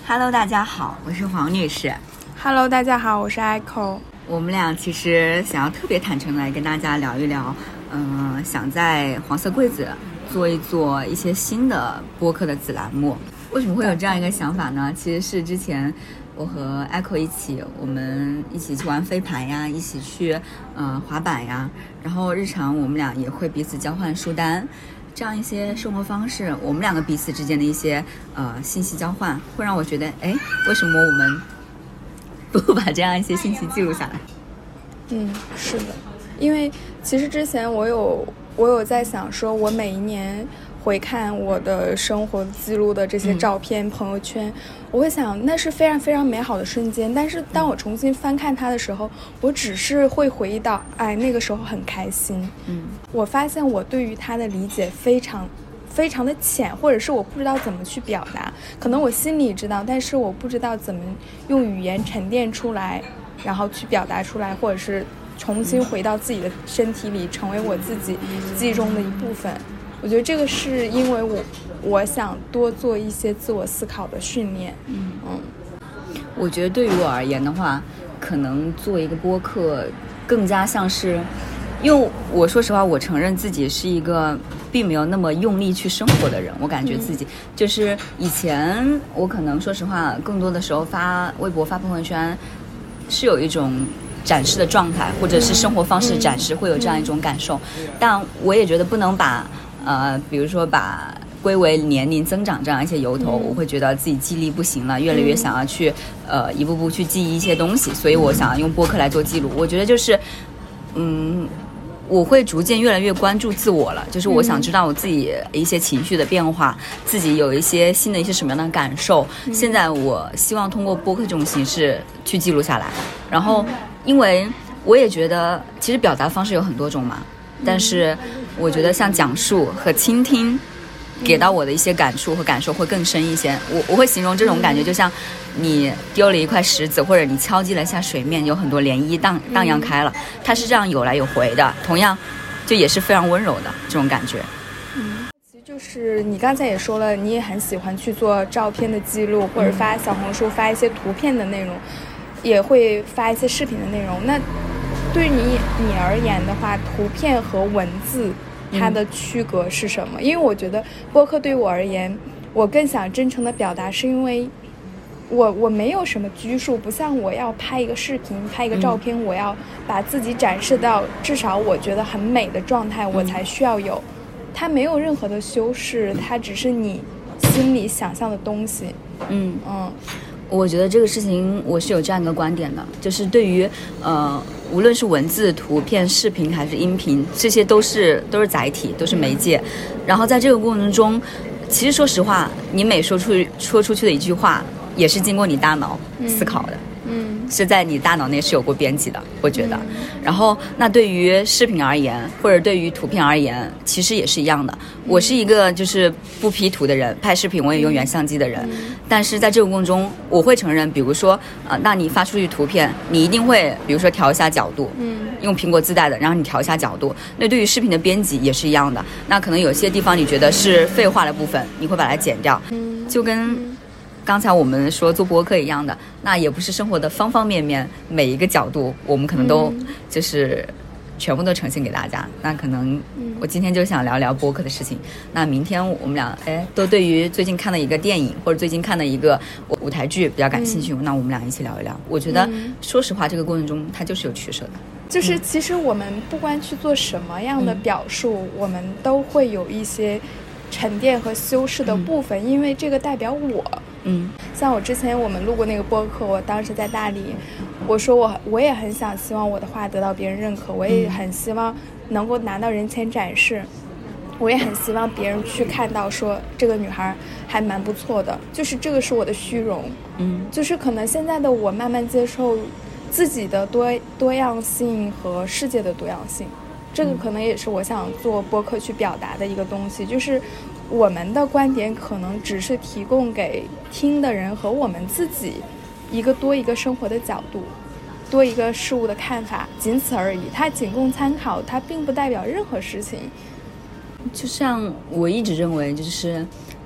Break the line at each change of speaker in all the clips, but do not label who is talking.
Hello， 大家好，我是黄女士。
Hello， 大家好，我是 Echo。
我们俩其实想要特别坦诚来跟大家聊一聊，想在黄色柜子做一些新的播客的子栏目。为什么会有这样一个想法呢？其实是之前我和 Echo 我们一起去玩飞盘呀，一起去滑板呀，然后日常我们俩也会彼此交换书单。这样一些生活方式，我们两个彼此之间的一些信息交换，会让我觉得，为什么我们不把这样一些信息记录下来？
是的，因为其实之前我有在想说，我每一年回看我的生活记录的这些照片、朋友圈，我会想那是非常非常美好的瞬间。但是当我重新翻看它的时候，我只是会回忆到，那个时候很开心。我发现我对于它的理解非常非常的浅，或者是我不知道怎么去表达。可能我心里知道，但是我不知道怎么用语言沉淀出来，然后去表达出来，或者是重新回到自己的身体里，成为我自己记忆中的一部分。我觉得这个是因为我想多做一些自我思考的训练。
我觉得对于我而言的话，可能做一个播客更加像是，因为我说实话，我承认自己是一个并没有那么用力去生活的人。我感觉自己就是以前我可能说实话，更多的时候发微博发朋友圈是有一种展示的状态，或者是生活方式的展示，会有这样一种感受。但我也觉得不能把比如说把归为年龄增长这样一些由头，我会觉得自己记忆力不行了，越来越想要去一步步去记忆一些东西，所以我想要用播客来做记录。我觉得就是我会逐渐越来越关注自我了，就是我想知道我自己一些情绪的变化，自己有一些新的一些什么样的感受。现在我希望通过播客这种形式去记录下来，然后因为我也觉得其实表达方式有很多种嘛，但是我觉得像讲述和倾听给到我的一些感触和感受会更深一些。我会形容这种感觉就像你丢了一块石子，或者你敲击了一下水面，有很多涟漪荡漾开了，它是这样有来有回的，同样就也是非常温柔的这种感觉。
其实就是你刚才也说了，你也很喜欢去做照片的记录，或者发小红书发一些图片的内容，也会发一些视频的内容。那对于你而言的话，图片和文字它的区隔是什么？因为我觉得播客对于我而言，我更想真诚的表达，是因为我没有什么拘束，不像我要拍一个视频拍一个照片，我要把自己展示到至少我觉得很美的状态，我才需要有。它没有任何的修饰，它只是你心里想象的东西。
我觉得这个事情我是有这样一个观点的，就是对于无论是文字、图片、视频还是音频，这些都是载体，都是媒介。然后在这个过程中，其实说实话，你每说出去的一句话，也是经过你大脑思考的。是在你大脑内是有过编辑的，我觉得。然后那对于视频而言，或者对于图片而言，其实也是一样的。我是一个就是不 P 图的人，拍视频我也用原相机的人。但是在这个过程中，我会承认，比如说那你发出去图片，你一定会比如说调一下角度，用苹果自带的，然后你调一下角度。那对于视频的编辑也是一样的。那可能有些地方你觉得是废话的部分，你会把它剪掉，就跟刚才我们说做播客一样的，那也不是生活的方方面面每一个角度我们可能都就是全部都呈现给大家。那可能我今天就想聊聊播客的事情，那明天我们俩都对于最近看的一个电影或者最近看的一个舞台剧比较感兴趣，那我们俩一起聊一聊。我觉得说实话这个过程中它就是有取舍的，
就是其实我们不管去做什么样的表述，我们都会有一些沉淀和修饰的部分，因为这个代表我。像我之前我们录过那个播客，我当时在大理，我说我也很想希望我的话得到别人认可，我也很希望能够拿到人前展示，我也很希望别人去看到说这个女孩还蛮不错的，就是这个是我的虚荣。就是可能现在的我慢慢接受自己的多样性和世界的多样性，这个可能也是我想做播客去表达的一个东西，就是我们的观点可能只是提供给听的人和我们自己多一个生活的角度，多一个事物的看法，仅此而已，它仅供参考，它并不代表任何事情。
就像我一直认为，就是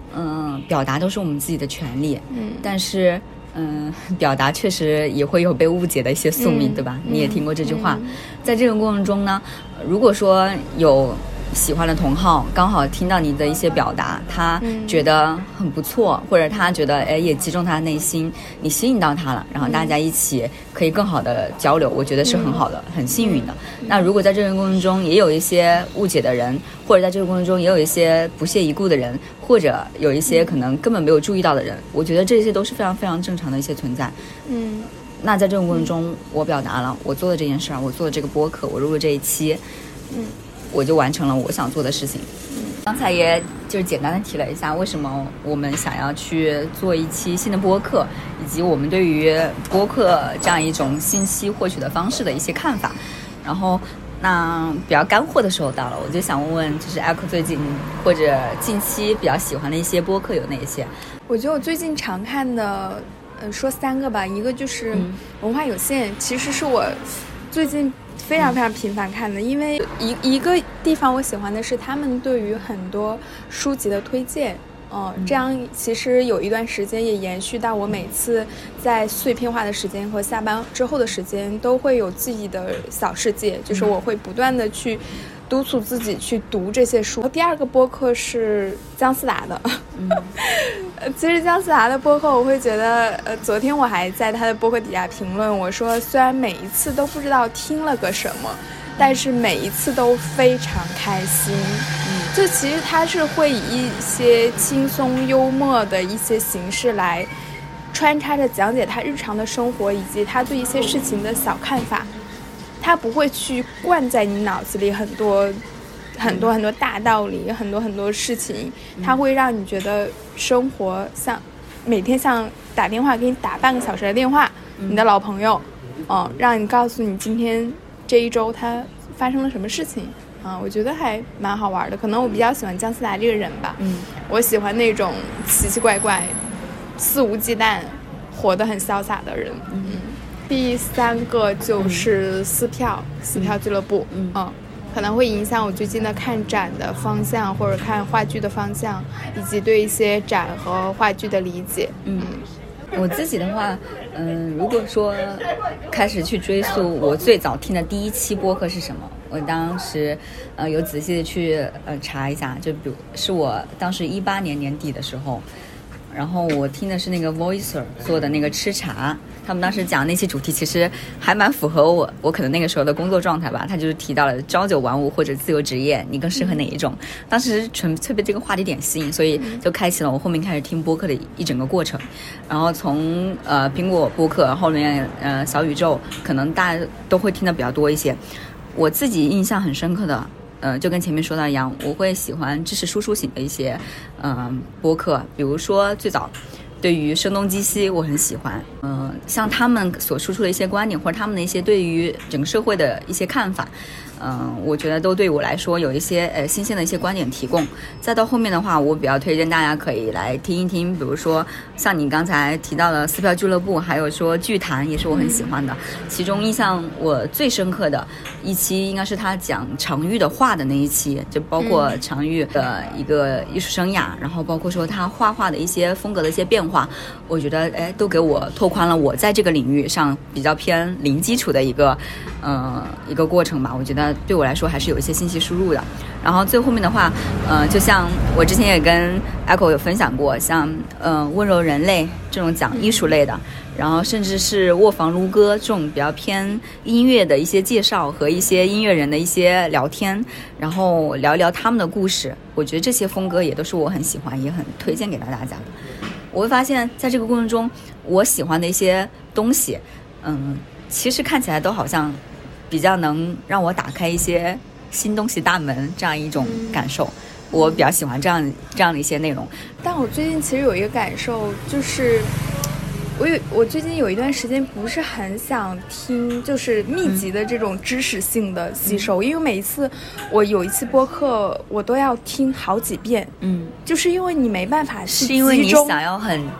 表达都是我们自己的权利，但是表达确实也会有被误解的一些宿命，对吧？你也听过这句话。在这个过程中呢，如果说有喜欢的同好刚好听到你的一些表达，他觉得很不错，或者他觉得也击中他的内心，你吸引到他了，然后大家一起可以更好的交流，我觉得是很好的，很幸运的。那如果在这个过程中也有一些误解的人，或者在这个过程中也有一些不屑一顾的人，或者有一些可能根本没有注意到的人，我觉得这些都是非常非常正常的一些存在。那在这种过程中，我表达了我做的这件事儿，我做的这个播客，我录了这一期，我就完成了我想做的事情。刚才也就是简单的提了一下为什么我们想要去做一期新的播客，以及我们对于播客这样一种信息获取的方式的一些看法。然后那比较干货的时候到了，我就想问问，就是 Echo 最近或者近期比较喜欢的一些播客有哪些？
我觉得我最近常看的说3个吧。一个就是文化有限，其实是我最近非常非常频繁看的，因为一个地方我喜欢的是他们对于很多书籍的推荐，这样其实有一段时间也延续到我每次在碎片化的时间和下班之后的时间都会有自己的小世界，就是我会不断的去督促自己去读这些书。第二个播客是姜思达的，其实姜思达的播客我会觉得，昨天我还在他的播客底下评论，我说虽然每一次都不知道听了个什么，但是每一次都非常开心。就其实他是会以一些轻松幽默的一些形式来穿插着讲解他日常的生活以及他对一些事情的小看法，他不会去灌在你脑子里很多大道理，很多事情，他会让你觉得生活像每天像打电话给你打半个小时的电话，你的老朋友，让你告诉你今天这一周他发生了什么事情。我觉得还蛮好玩的，可能我比较喜欢姜思达这个人吧。我喜欢那种奇奇怪怪、肆无忌惮、活得很潇洒的人。第3个就是撕票俱乐部。可能会影响我最近的看展的方向，或者看话剧的方向，以及对一些展和话剧的理解。
我自己的话，如果说开始去追溯我最早听的第一期播客是什么，我当时有仔细的去查一下，就比如是我当时18年年底的时候，然后我听的是那个 Voicer 做的那个吃茶，他们当时讲那期主题其实还蛮符合我可能那个时候的工作状态吧，他就是提到了朝九晚五或者自由职业，你更适合哪一种。当时纯粹被这个话题点吸引，所以就开启了我后面开始听播客的一整个过程。然后从苹果播客后面小宇宙，可能大家都会听的比较多一些。我自己印象很深刻的就跟前面说到一样，我会喜欢知识输出型的一些播客，比如说最早对于声东击西我很喜欢，像他们所输出的一些观点，或者他们的一些对于整个社会的一些看法，我觉得都对我来说有一些新鲜的一些观点提供。再到后面的话，我比较推荐大家可以来听一听，比如说像你刚才提到的撕票俱乐部，还有说剧谈也是我很喜欢的。其中印象我最深刻的一期应该是他讲常玉的画的那一期，就包括常玉的一个艺术生涯，然后包括说他画画的一些风格的一些变化，我觉得都给我拓宽了我在这个领域上比较偏零基础的一个过程吧。我觉得对我来说还是有一些信息输入的。然后最后面的话，就像我之前也跟 Echo 有分享过，像温柔人类这种讲艺术类的，然后甚至是卧房撸歌这种比较偏音乐的一些介绍和一些音乐人的一些聊天，然后聊一聊他们的故事，我觉得这些风格也都是我很喜欢也很推荐给大家的。我会发现在这个过程中，我喜欢的一些东西其实看起来都好像比较能让我打开一些新东西大门，这样一种感受。我比较喜欢这样的一些内容。
但我最近其实有一个感受，就是我最近有一段时间不是很想听就是密集的这种知识性的吸收，因为每一次我有一次播客我都要听好几遍，就是因为你没办法是因为
你想要很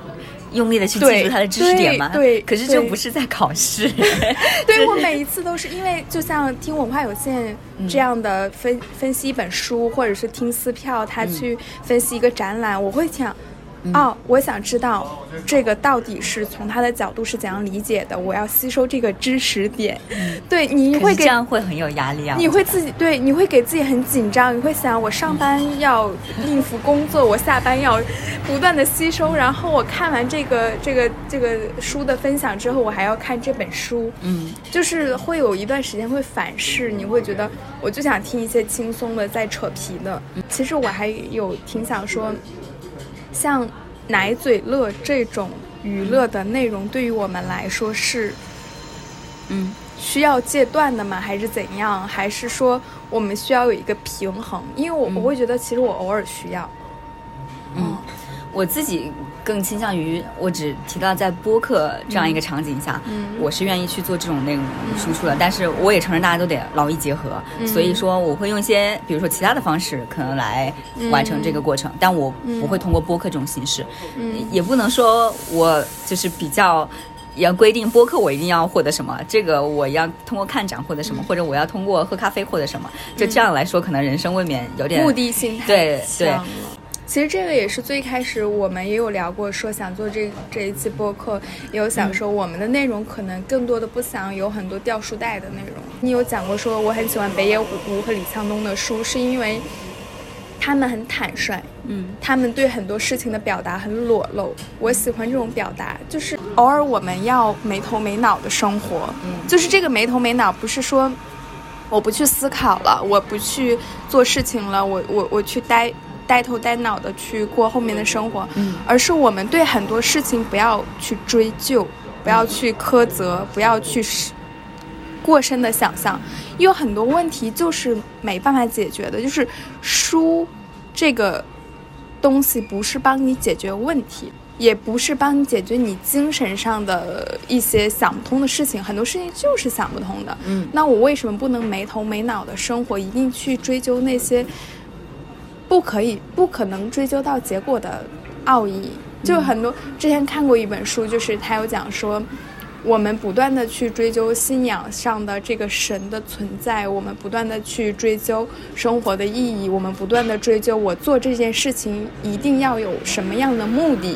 用力的去记住它的知识点吗？
对，
可是这不是在考试。
对，我每一次都是因为就像听文化有限这样的分析一本书，或者是听撕票他去分析一个展览，我会想我想知道这个到底是从他的角度是怎样理解的，我要吸收这个知识点。对，你会
这样会很有压力啊。
你会你会给自己很紧张，你会想我上班要应付工作，我下班要不断的吸收，然后我看完这个书的分享之后，我还要看这本书。就是会有一段时间会反噬，你会觉得我就想听一些轻松的在扯皮的。其实我还有挺想说，像奶嘴乐这种娱乐的内容对于我们来说是需要戒断的吗？还是怎样？还是说我们需要有一个平衡？因为我会觉得其实我偶尔需要。
我自己更倾向于我只提到在播客这样一个场景下，我是愿意去做这种内容输出的，但是我也承认大家都得劳逸结合，所以说我会用一些比如说其他的方式可能来完成这个过程，但我不会通过播客这种形式，也不能说我就是比较也要规定播客我一定要获得什么，这个我要通过看展获得什么，或者我要通过喝咖啡获得什么，就这样来说可能人生未免有点
目的性太强了。其实这个也是最开始我们也有聊过，说想做这一期播客，也有想说我们的内容可能更多的不想有很多掉书袋的内容。你有讲过说我很喜欢北野武和李沧东的书，是因为他们很坦率，他们对很多事情的表达很裸露，我喜欢这种表达。就是偶尔我们要没头没脑的生活，就是这个没头没脑不是说我不去思考了，我不去做事情了，我去呆头呆脑的去过后面的生活，而是我们对很多事情不要去追究，不要去苛责，不要去过深的想象，有很多问题就是没办法解决的。就是书这个东西不是帮你解决问题，也不是帮你解决你精神上的一些想不通的事情，很多事情就是想不通的。那我为什么不能没头没脑的生活，一定去追究那些不可能追究到结果的奥义？就很多之前看过一本书，就是他有讲说我们不断的去追究信仰上的这个神的存在，我们不断的去追究生活的意义，我们不断的追究我做这件事情一定要有什么样的目的。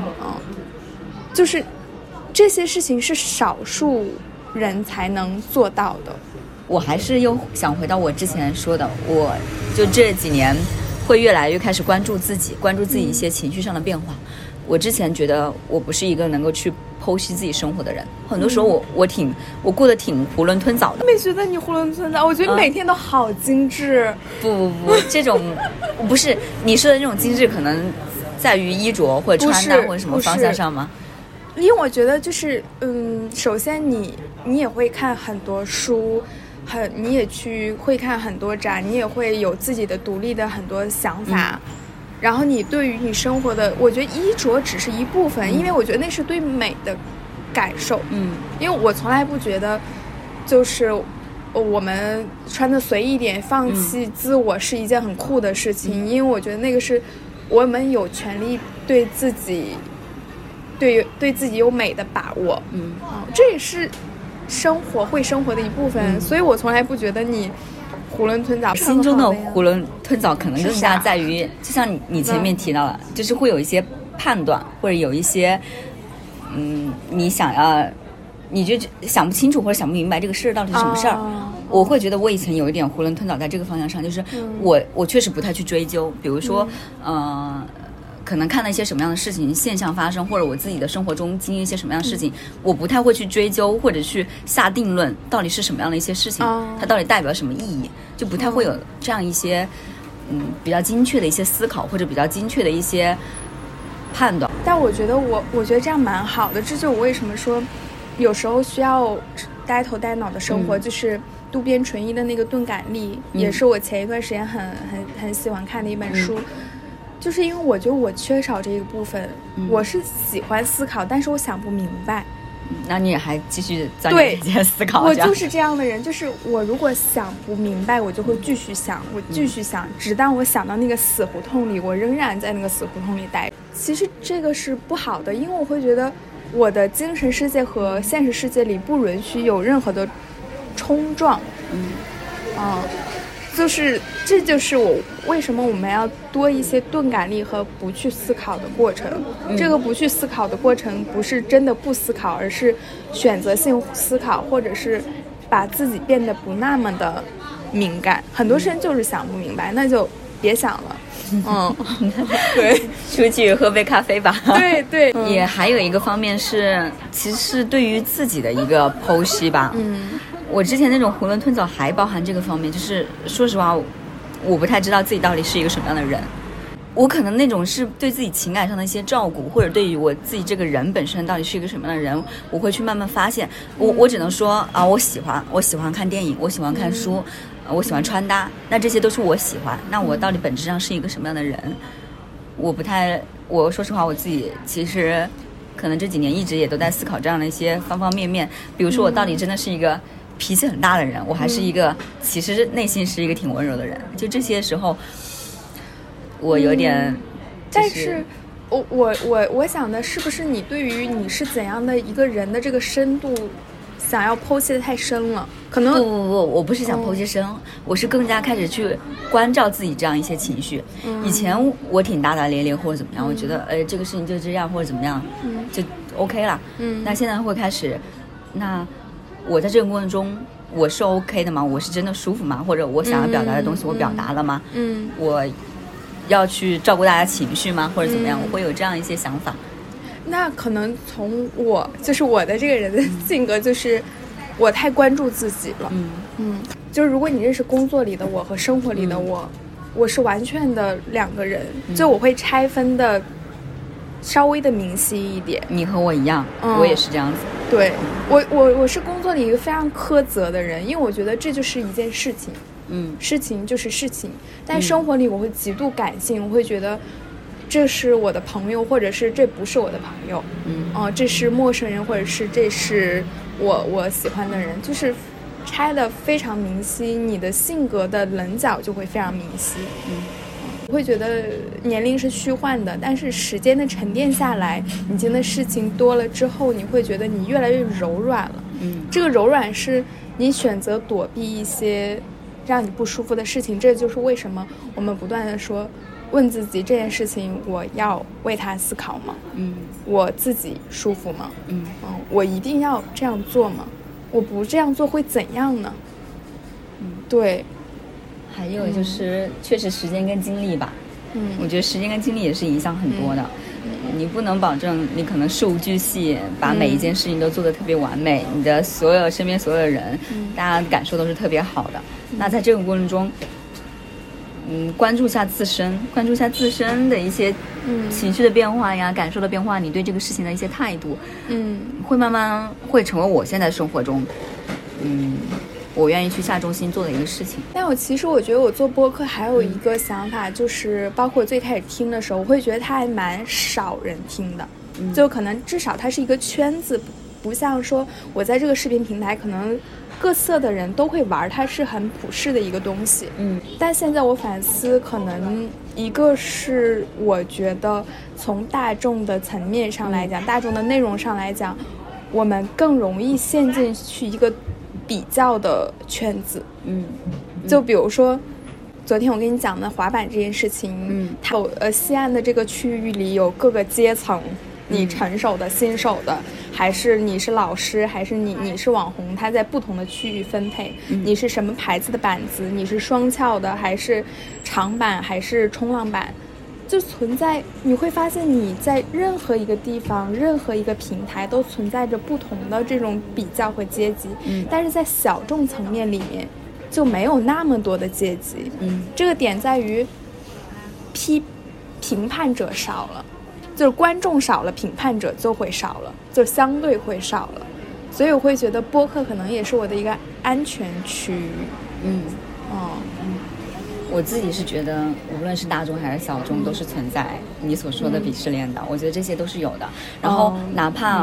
就是这些事情是少数人才能做到的。
我还是又想回到我之前说的，我就这几年会越来越开始关注自己一些情绪上的变化。我之前觉得我不是一个能够去剖析自己生活的人，很多时候我过得挺囫囵吞枣的。
没觉得你囫囵吞枣，我觉得你每天都好精致。
不，这种不是你说的那种精致，可能在于衣着或者穿搭或者什么方向上吗？
因为我觉得就是首先你也会看很多书，你也会看很多展，你也会有自己的独立的很多想法，然后你对于你生活的，我觉得衣着只是一部分，因为我觉得那是对美的感受。因为我从来不觉得就是我们穿的随意一点放弃自我是一件很酷的事情，因为我觉得那个是我们有权利对自己有美的把握。这也是会生活的一部分，所以我从来不觉得你囫囵吞枣。
心中的囫囵吞枣可能更加在于，就像你前面提到了，就是会有一些判断，或者有一些你就想不清楚或者想不明白这个事到底是什么事儿。我会觉得我以前有一点囫囵吞枣在这个方向上，就是我确实不太去追究，比如说可能看到一些什么样的事情现象发生，或者我自己的生活中经历一些什么样的事情，我不太会去追究或者去下定论到底是什么样的一些事情，它到底代表什么意义，就不太会有这样一些比较精确的一些思考，或者比较精确的一些判断。
但我觉得这样蛮好的，这就是我为什么说有时候需要呆头呆脑的生活，就是渡边淳一的那个钝感力，也是我前一段时间很喜欢看的一本书。就是因为我觉得我缺少这一部分，我是喜欢思考，但是我想不明白，
那你也还继续钻研这些思考？
我就是这样的人，就是我如果想不明白，我就会继续想，直到我想到那个死胡同里，我仍然在那个死胡同里待。其实这个是不好的，因为我会觉得我的精神世界和现实世界里不允许有任何的冲撞。这就是我为什么我们要多一些钝感力和不去思考的过程。这个不去思考的过程不是真的不思考，而是选择性思考，或者是把自己变得不那么的敏感。很多事情就是想不明白，那就别想了。对，
出去喝杯咖啡吧。
对，
也还有一个方面是，其实是对于自己的一个剖析吧。我之前那种囫囵吞枣还包含这个方面，就是说实话，我不太知道自己到底是一个什么样的人。我可能那种是对自己情感上的一些照顾，或者对于我自己这个人本身到底是一个什么样的人，我会去慢慢发现。我只能说啊，我喜欢看电影，我喜欢看书，我喜欢穿搭，那这些都是我喜欢。那我到底本质上是一个什么样的人？我说实话，我自己其实可能这几年一直也都在思考这样的一些方方面面。比如说，我到底真的是一个脾气很大的人，我还是一个其实内心是一个挺温柔的人。就这些时候，我有点，
但是我想的是不是你对于你是怎样的一个人的这个深度想要剖析的太深了？可能
不，我不是想剖析深，我是更加开始去关照自己这样一些情绪。以前我挺大大咧咧或者怎么样，我觉得这个事情就这样或者怎么样，就 OK 了。那现在会开始，那我在这个过程中我是 OK 的吗？我是真的舒服吗？或者我想要表达的东西我表达了吗？我要去照顾大家情绪吗？或者怎么样？我会有这样一些想法。
那可能从我的这个人的性格，就是我太关注自己了。就是如果你认识工作里的我和生活里的我是完全的两个人。就我会拆分的稍微的明晰一点。
你和我一样，我也是这样子。
对，我是工作里一个非常苛责的人，因为我觉得这就是一件事情。事情就是事情。但生活里我会极度感性，我会觉得这是我的朋友，或者是这不是我的朋友。这是陌生人，或者是这是我喜欢的人，就是拆得非常明晰，你的性格的棱角就会非常明晰。我会觉得年龄是虚幻的，但是时间的沉淀下来，你经的事情多了之后，你会觉得你越来越柔软了。这个柔软是你选择躲避一些让你不舒服的事情。这就是为什么我们不断的说，问自己这件事情我要为它思考吗？我自己舒服吗？我一定要这样做吗？我不这样做会怎样呢？对。
还有就是确实时间跟精力吧。我觉得时间跟精力也是影响很多的。你不能保证你可能事无巨细把每一件事情都做得特别完美，你的身边所有的人大家感受都是特别好的。那在这个过程中关注一下自身的一些情绪的变化呀，感受的变化，你对这个事情的一些态度会慢慢会成为我现在生活中我愿意去下重心做的一个事情。
但我觉得我做播客还有一个想法，就是包括我最开始听的时候，我会觉得它还蛮少人听的。就可能至少它是一个圈子，不像说我在这个视频平台可能各色的人都会玩，它是很普世的一个东西。但现在我反思，可能一个是我觉得从大众的层面上来讲，大众的内容上来讲，我们更容易陷进去一个比较的圈子。就比如说昨天我跟你讲的滑板这件事情，它有西岸的这个区域里有各个阶层，你成熟的、新手的，还是你是老师，还是你是网红，它在不同的区域分配。你是什么牌子的板子，你是双翘的还是长板还是冲浪板，就存在，你会发现你在任何一个地方任何一个平台都存在着不同的这种比较和阶级。但是在小众层面里面就没有那么多的阶级。这个点在于评判者少了，就是观众少了，评判者就会少了，就相对会少了。所以我会觉得播客可能也是我的一个安全区域。
我自己是觉得无论是大众还是小众都是存在你所说的鄙视链的。我觉得这些都是有的。然后哪怕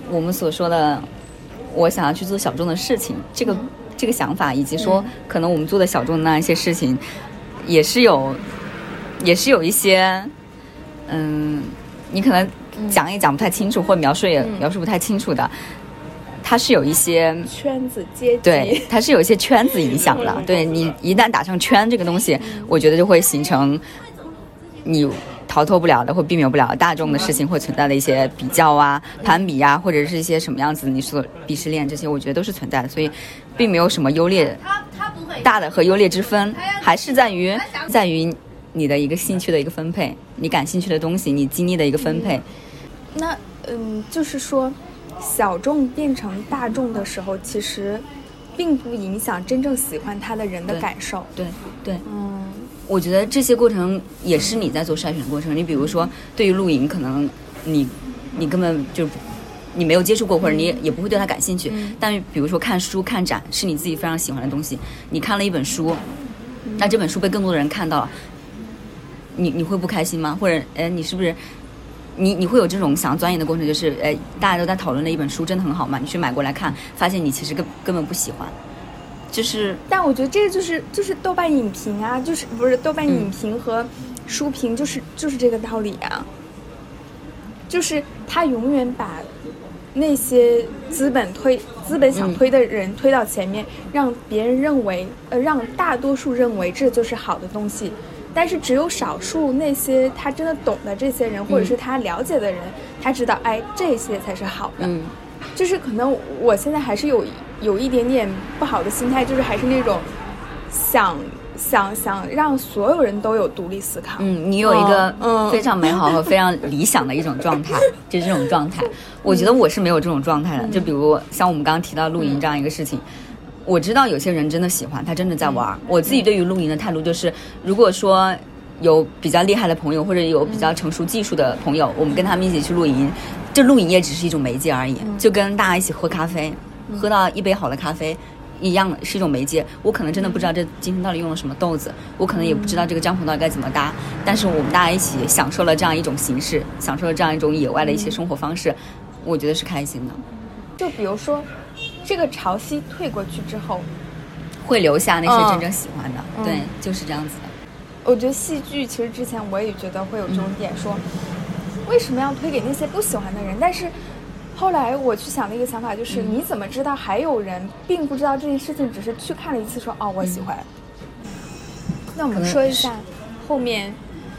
我们所说的我想要去做小众的事情，这个想法，以及说可能我们做的小众的那一些事情也是有一些你可能讲也讲不太清楚，或者描述也描述不太清楚的，它是有一些
圈子阶级，
对，它是有一些圈子影响的。对，你一旦打上圈这个东西，我觉得就会形成你逃脱不了的或避免不了大众的事情会存在的一些比较啊、攀比啊，或者是一些什么样子你说鄙视链，这些我觉得都是存在的。所以并没有什么优劣大的和优劣之分，还是在于你的一个兴趣的一个分配，你感兴趣的东西，你精力的一个分配。
那就是说小众变成大众的时候，其实并不影响真正喜欢它的人的感受。
对，我觉得这些过程也是你在做筛选的过程。你比如说对于露营，可能你根本就你没有接触过，或者你也不会对它感兴趣，但比如说看书看展是你自己非常喜欢的东西，你看了一本书，那这本书被更多的人看到了，你会不开心吗？或者你是不是你会有这种想要钻研的过程，就是大家都在讨论的一本书真的很好吗？你去买过来看，发现你其实根本不喜欢。
但我觉得这个就是豆瓣影评啊，就是不是豆瓣影评和书评，就是这个道理啊。就是他永远把那些资本想推的人推到前面，让别人认为让大多数认为这就是好的东西。但是只有少数那些他真的懂的这些人，或者是他了解的人，他知道这些才是好的。就是可能我现在还是有一点点不好的心态，就是还是那种想让所有人都有独立思考。
你有一个非常美好和非常理想的一种状态，就这种状态。我觉得我是没有这种状态的。就比如像我们刚刚提到露营这样一个事情，我知道有些人真的喜欢，他真的在玩。我自己对于露营的态度就是，如果说有比较厉害的朋友，或者有比较成熟技术的朋友，我们跟他们一起去露营，这露营也只是一种媒介而已，就跟大家一起喝咖啡，喝到一杯好的咖啡一样，是一种媒介。我可能真的不知道这今天到底用了什么豆子，我可能也不知道这个帐篷到底该怎么搭，但是我们大家一起享受了这样一种形式，享受了这样一种野外的一些生活方式，我觉得是开心的。
就比如说这个潮汐退过去之后，
会留下那些真正喜欢的。对，就是这样子的。
我觉得戏剧其实之前我也觉得会有这种点，说为什么要推给那些不喜欢的人？但是后来我去想的一个想法就是，你怎么知道还有人并不知道这件事情，只是去看了一次说我喜欢。那我们说一下后面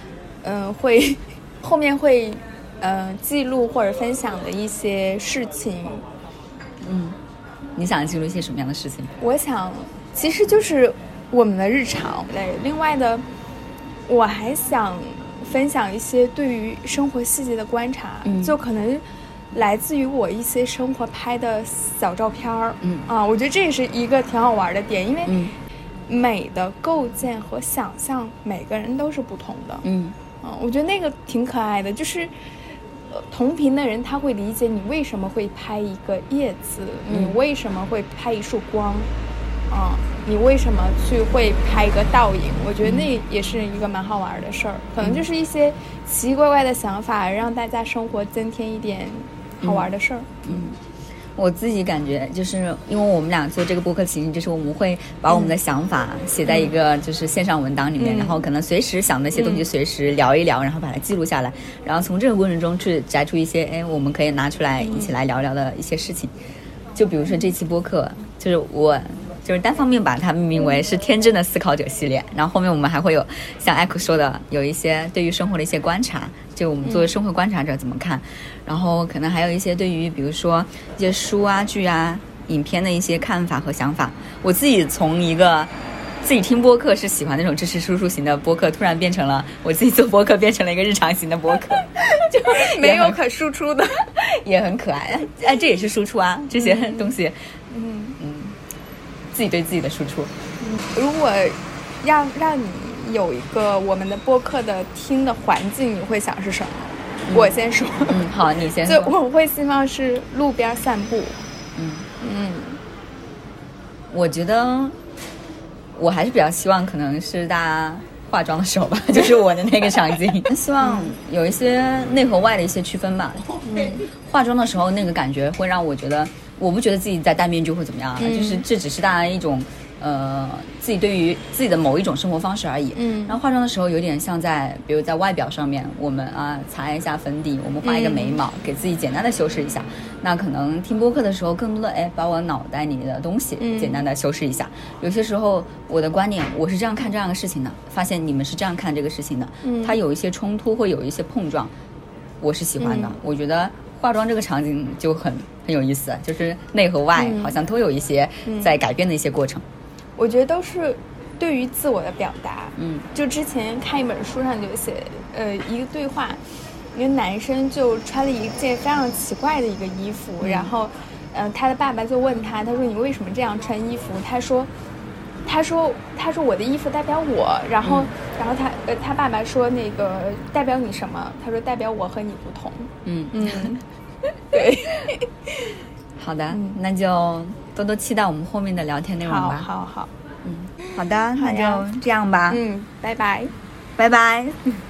会记录或者分享的一些事情。
你想记录一些什么样的事情？
我想其实就是我们的日常。另外的我还想分享一些对于生活细节的观察，就可能来自于我一些生活拍的小照片儿。我觉得这也是一个挺好玩的点，因为美的构建和想象每个人都是不同的。我觉得那个挺可爱的，就是同频的人他会理解你为什么会拍一个叶子，你为什么会拍一束光，你为什么会拍一个倒影。我觉得那也是一个蛮好玩的事儿，可能就是一些奇奇怪怪的想法，让大家生活增添一点好玩的事儿。
我自己感觉就是因为我们俩做这个播客，其实就是我们会把我们的想法写在一个就是线上文档里面，然后可能随时想那些东西随时聊一聊，然后把它记录下来，然后从这个过程中去摘出一些我们可以拿出来一起来聊聊的一些事情。就比如说这期播客，就是我就是单方面把它命名为是天真的思考者系列，然后后面我们还会有像艾克说的有一些对于生活的一些观察，就我们作为生活观察者怎么看，然后可能还有一些对于比如说一些书啊剧啊影片的一些看法和想法。我自己从一个自己听播客是喜欢那种知识输出型的播客，突然变成了我自己做播客变成了一个日常型的播客
就没有可输出的
也很可爱。这也是输出啊，这些东西自己对自己的输出。
如果让你有一个我们的播客的听的环境，你会想是什么？我先说。
好，你先说。
就我会希望是路边散步。
我觉得我还是比较希望可能是大家化妆的时候吧，就是我的那个场景。希望有一些内和外的一些区分吧。化妆的时候那个感觉会让我觉得，我不觉得自己在戴面具或怎么样啊，就是这只是大家一种自己对于自己的某一种生活方式而已。然后化妆的时候有点像比如在外表上面，我们擦一下粉底，我们画一个眉毛，给自己简单的修饰一下。那可能听播客的时候，更多的把我脑袋里的东西简单的修饰一下。有些时候我的观点，我是这样看这样的事情的，发现你们是这样看这个事情的，它有一些冲突，会有一些碰撞，我是喜欢的。我觉得化妆这个场景就很有意思，就是内和外好像都有一些在改变的一些过程。
我觉得都是对于自我的表达。就之前看一本书上就写，一个对话，一个男生就穿了一件非常奇怪的一个衣服，然后，他的爸爸就问他，他说你为什么这样穿衣服？他说我的衣服代表我，然后他爸爸说那个代表你什么？他说代表我和你不同。对。
好的，那就多多期待我们后面的聊天内容吧。
好。
好的，那就这样吧。
拜拜。
拜拜。